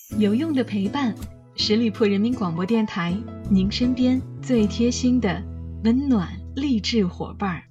有用的陪伴，十里铺人民广播电台，您身边最贴心的温暖励志伙伴。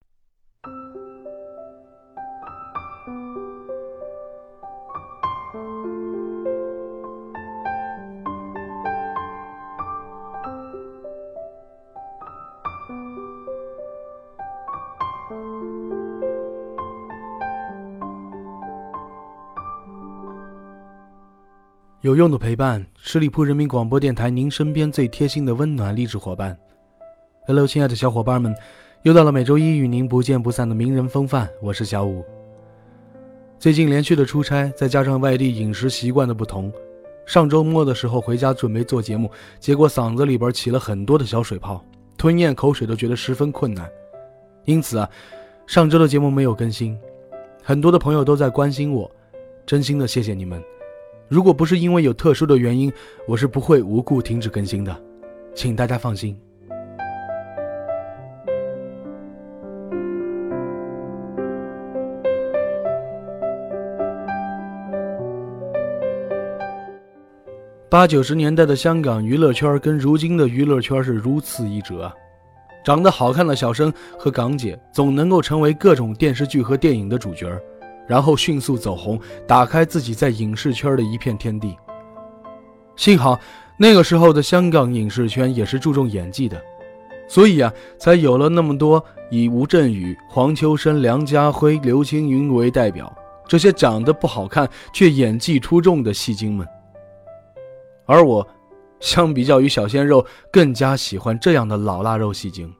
有用的陪伴，十里铺人民广播电台，您身边最贴心的温暖励志伙伴。Hello， 亲爱的小伙伴们，又到了每周一与您不见不散的名人风范，我是小武。最近连续的出差，再加上外地饮食习惯的不同，上周末的时候回家准备做节目，结果嗓子里边起了很多的小水泡，吞咽口水都觉得十分困难。因此上周的节目没有更新，很多的朋友都在关心我，真心的谢谢你们。如果不是因为有特殊的原因，我是不会无故停止更新的，请大家放心。80、90年代的香港娱乐圈跟如今的娱乐圈是如此一辙长得好看的小生和港姐总能够成为各种电视剧和电影的主角，然后迅速走红，打开自己在影视圈的一片天地。幸好那个时候的香港影视圈也是注重演技的，所以才有了那么多以吴镇宇、黄秋生、梁家辉、刘青云为代表，这些长得不好看却演技出众的戏精们。而我相比较于小鲜肉，更加喜欢这样的老腊肉戏精。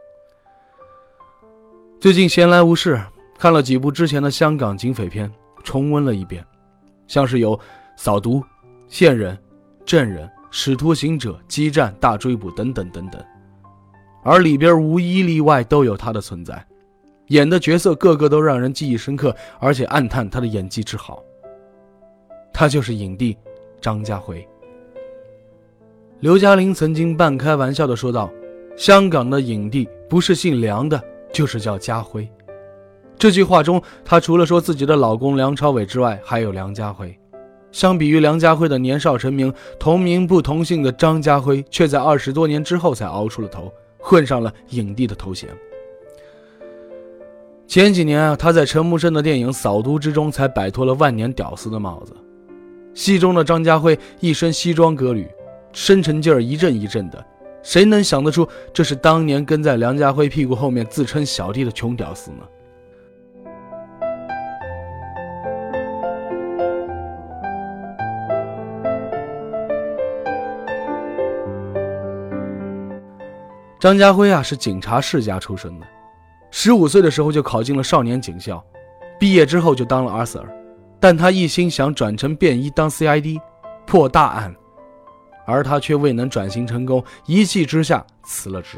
最近闲来无事，看了几部之前的香港警匪片，重温了一遍，像是有扫毒、线人、证人、使徒行者、激战、大追捕等等等等，而里边无一例外都有他的存在，演的角色个个都让人记忆深刻，而且暗叹他的演技之好。他就是影帝张家辉。刘嘉玲曾经半开玩笑地说道，香港的影帝不是姓梁的，就是叫家辉。这句话中，她除了说自己的老公梁朝伟之外，还有梁家辉。相比于梁家辉的年少成名，同名不同姓的张家辉却在20多年之后才熬出了头，混上了影帝的头衔。前几年他在陈木胜的电影《扫毒》之中才摆脱了万年屌丝的帽子。戏中的张家辉一身西装革履，深沉劲儿一阵一阵的，谁能想得出这是当年跟在梁家辉屁股后面自称小弟的穷屌丝呢？张家辉是警察世家出身的，15岁的时候就考进了少年警校，毕业之后就当了 Arthur， 但他一心想转成便衣当 CID 破大案，而他却未能转型成功，一气之下辞了职。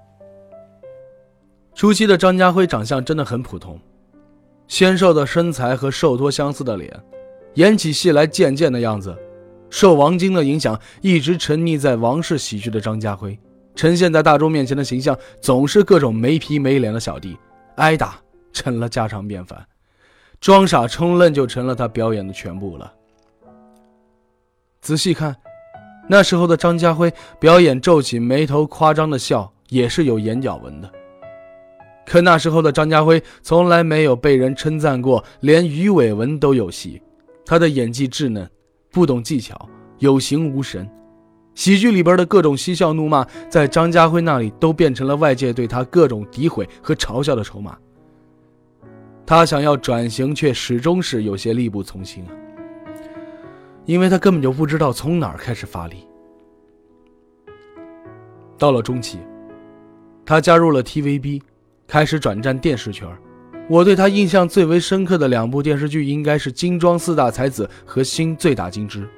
初期的张家辉长相真的很普通，纤瘦的身材和瘦脱相似的脸，演起戏来贱贱的样子。受王晶的影响，一直沉溺在王氏喜剧的张家辉，呈现在大众面前的形象总是各种没皮没脸的小弟，挨打成了家常便饭，装傻充愣就成了他表演的全部了。仔细看，那时候的张家辉表演皱起眉头夸张的笑也是有眼角纹的，可那时候的张家辉从来没有被人称赞过，连鱼尾纹都有戏。他的演技稚嫩，不懂技巧，有形无神，喜剧里边的各种嬉笑怒骂在张家辉那里都变成了外界对他各种诋毁和嘲笑的筹码。他想要转型，却始终是有些力不从心因为他根本就不知道从哪儿开始发力。到了中期，他加入了 TVB， 开始转战电视圈。我对他印象最为深刻的2部电视剧应该是《金装4大才子》和《新醉打金枝》。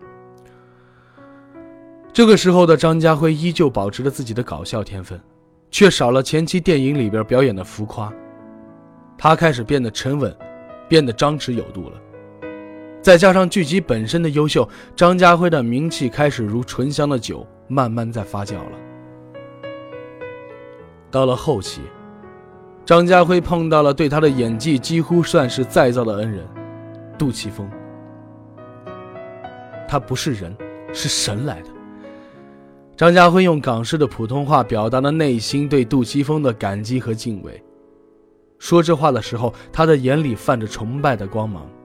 这个时候的张家辉依旧保持着自己的搞笑天分，却少了前期电影里边表演的浮夸。他开始变得沉稳，变得张弛有度了。再加上剧集本身的优秀，张家辉的名气开始如醇香的酒，慢慢在发酵了。到了后期，张家辉碰到了对他的演技几乎算是再造的恩人杜琪峰。 他不是人，是神来的。张家辉用港式的普通话表达了内心对杜琪峰的感激和敬畏。说这话的时候，他的眼里泛着崇拜的光芒。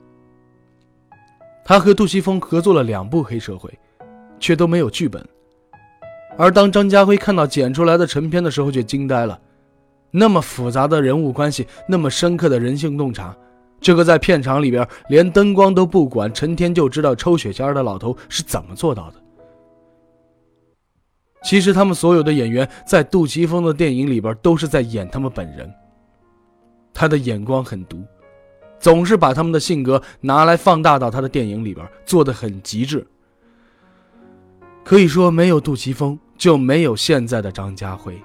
他和杜琪峰合作了2部黑社会，却都没有剧本。而当张家辉看到剪出来的成片的时候，却惊呆了。那么复杂的人物关系，那么深刻的人性洞察，这个在片场里边连灯光都不管，成天就知道抽雪茄的老头是怎么做到的？其实他们所有的演员在杜琪峰的电影里边都是在演他们本人。他的眼光很毒，总是把他们的性格拿来放大到他的电影里边，做得很极致。可以说没有杜琪峰，就没有现在的张家辉。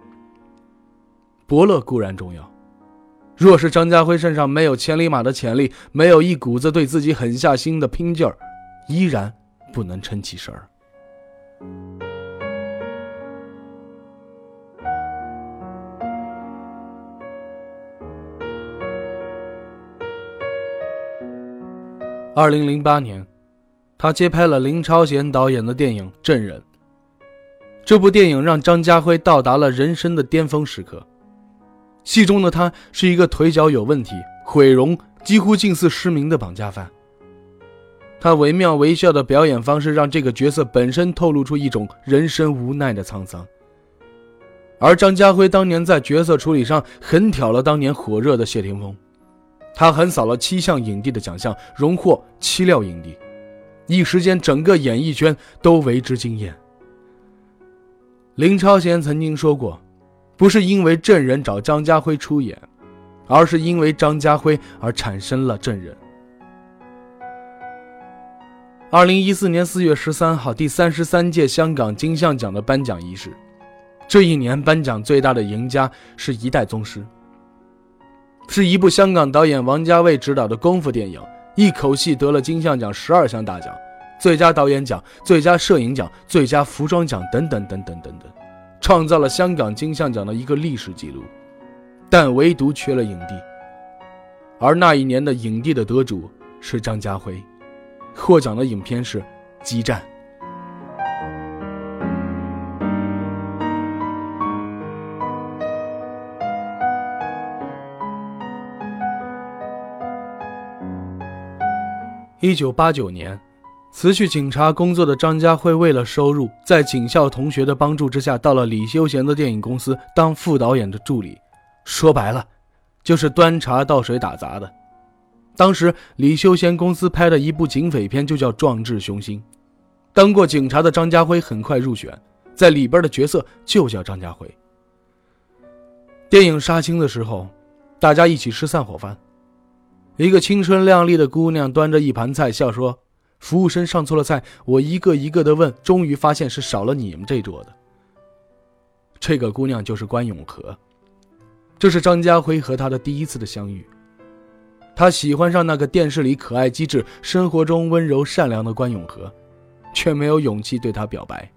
伯乐固然重要，若是张家辉身上没有千里马的潜力，没有一股子对自己狠下心的拼劲儿，依然不能撑起身儿。2008年，他接拍了林超贤导演的电影《证人》。这部电影让张家辉到达了人生的巅峰时刻。戏中的他是一个腿脚有问题、毁容、几乎近似失明的绑架犯。他惟妙惟肖的表演方式让这个角色本身透露出一种人生无奈的沧桑。而张家辉当年在角色处理上横挑了当年火热的谢霆锋。他横扫了7项影帝的奖项，荣获7料影帝，一时间整个演艺圈都为之惊艳。林超贤曾经说过，不是因为证人找张家辉出演，而是因为张家辉而产生了证人。2014年4月13号，第33届香港金像奖的颁奖仪式，这一年颁奖最大的赢家是一代宗师。是一部香港导演王家卫执导的功夫电影，一口气得了金像奖12项大奖，最佳导演奖、最佳摄影奖、最佳服装奖等等等等等等，创造了香港金像奖的一个历史记录，但唯独缺了影帝。而那一年的影帝的得主是张家辉，获奖的影片是《激战》。1989年，辞去警察工作的张家辉为了收入，在警校同学的帮助之下，到了李修贤的电影公司当副导演的助理。说白了，就是端茶倒水打杂的。当时李修贤公司拍的一部警匪片就叫《壮志雄心》，当过警察的张家辉很快入选，在里边的角色就叫张家辉。电影杀青的时候，大家一起吃散伙饭。一个青春靓丽的姑娘端着一盘菜笑说，服务生上错了菜，我一个一个的问，终于发现是少了你们这桌的。这个姑娘就是关咏荷，这是张家辉和她的第一次的相遇。他喜欢上那个电视里可爱机智、生活中温柔善良的关咏荷，却没有勇气对她表白。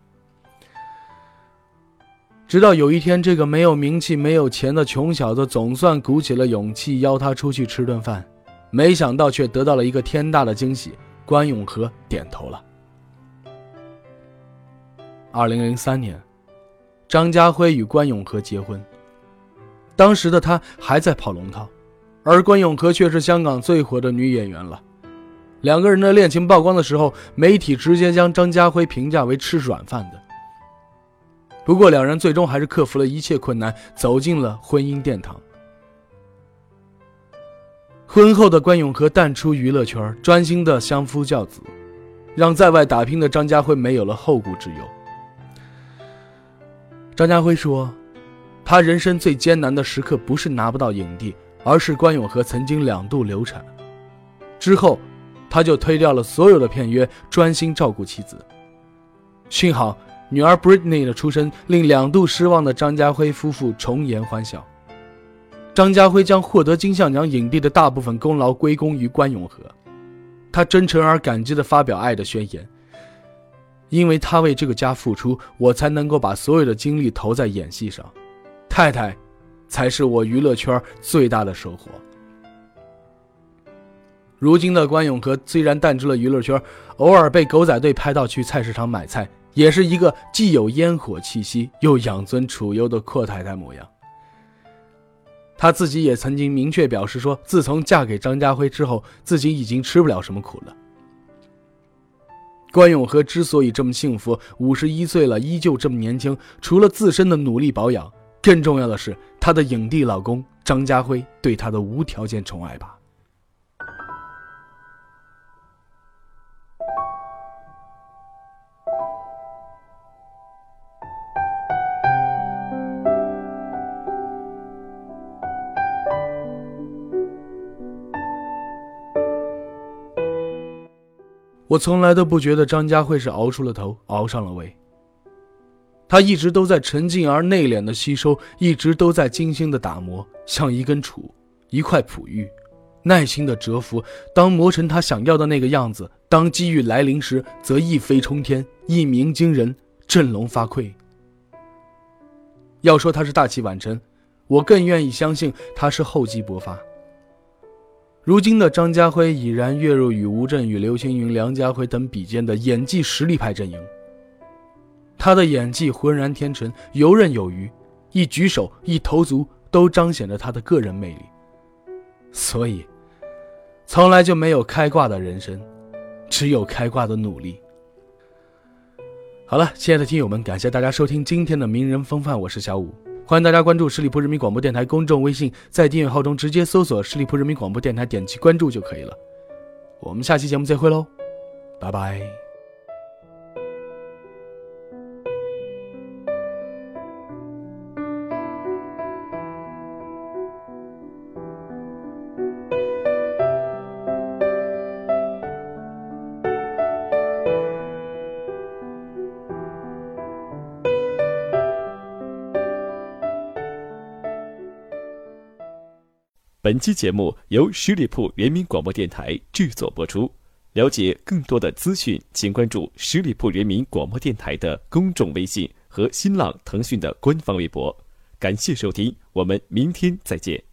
直到有一天，这个没有名气没有钱的穷小子总算鼓起了勇气邀他出去吃顿饭，没想到却得到了一个天大的惊喜，关咏荷点头了。2003年，张家辉与关咏荷结婚，当时的他还在跑龙套，而关咏荷却是香港最火的女演员了。两个人的恋情曝光的时候，媒体直接将张家辉评价为吃软饭的。不过两人最终还是克服了一切困难，走进了婚姻殿堂。婚后的关咏荷淡出娱乐圈，专心的相夫教子，让在外打拼的张家辉没有了后顾之忧。张家辉说，他人生最艰难的时刻不是拿不到影帝，而是关咏荷曾经2度流产。之后他就推掉了所有的片约，专心照顾妻子。幸好女儿 Britney 的出生令2度失望的张家辉夫妇重颜欢笑。张家辉将获得金像奖影帝的大部分功劳归功于关咏荷，他真诚而感激地发表爱的宣言，因为他为这个家付出，我才能够把所有的精力投在演戏上，太太才是我娱乐圈最大的收获。 如今的关咏荷虽然淡出了娱乐圈，偶尔被狗仔队拍到去菜市场买菜，也是一个既有烟火气息又养尊处优的阔太太模样。她自己也曾经明确表示说，自从嫁给张家辉之后，自己已经吃不了什么苦了。关咏荷之所以这么幸福，51岁了依旧这么年轻，除了自身的努力保养，更重要的是她的影帝老公张家辉对她的无条件宠爱吧。我从来都不觉得张家辉是熬出了头，熬上了位。他一直都在沉静而内敛的吸收，一直都在精心的打磨，像一根杵，一块璞玉，耐心的蛰伏。当磨成他想要的那个样子，当机遇来临时，则一飞冲天，一鸣惊人，振聋发聩。要说他是大器晚成，我更愿意相信他是厚积薄发。如今的张家辉已然跃入与吴镇宇、刘青云、梁家辉等比肩的演技实力派阵营。他的演技浑然天成，游刃有余，一举手一投足都彰显着他的个人魅力。所以从来就没有开挂的人生，只有开挂的努力。好了，亲爱的听友们，感谢大家收听今天的名人风范，我是小武。欢迎大家关注十里铺人民广播电台公众微信，在订阅号中直接搜索十里铺人民广播电台，点击关注就可以了。我们下期节目再会喽，拜拜。 本期节目由十里铺人民广播电台制作播出。了解更多的资讯，请关注十里铺人民广播电台的公众微信和新浪、腾讯的官方微博。感谢收听，我们明天再见。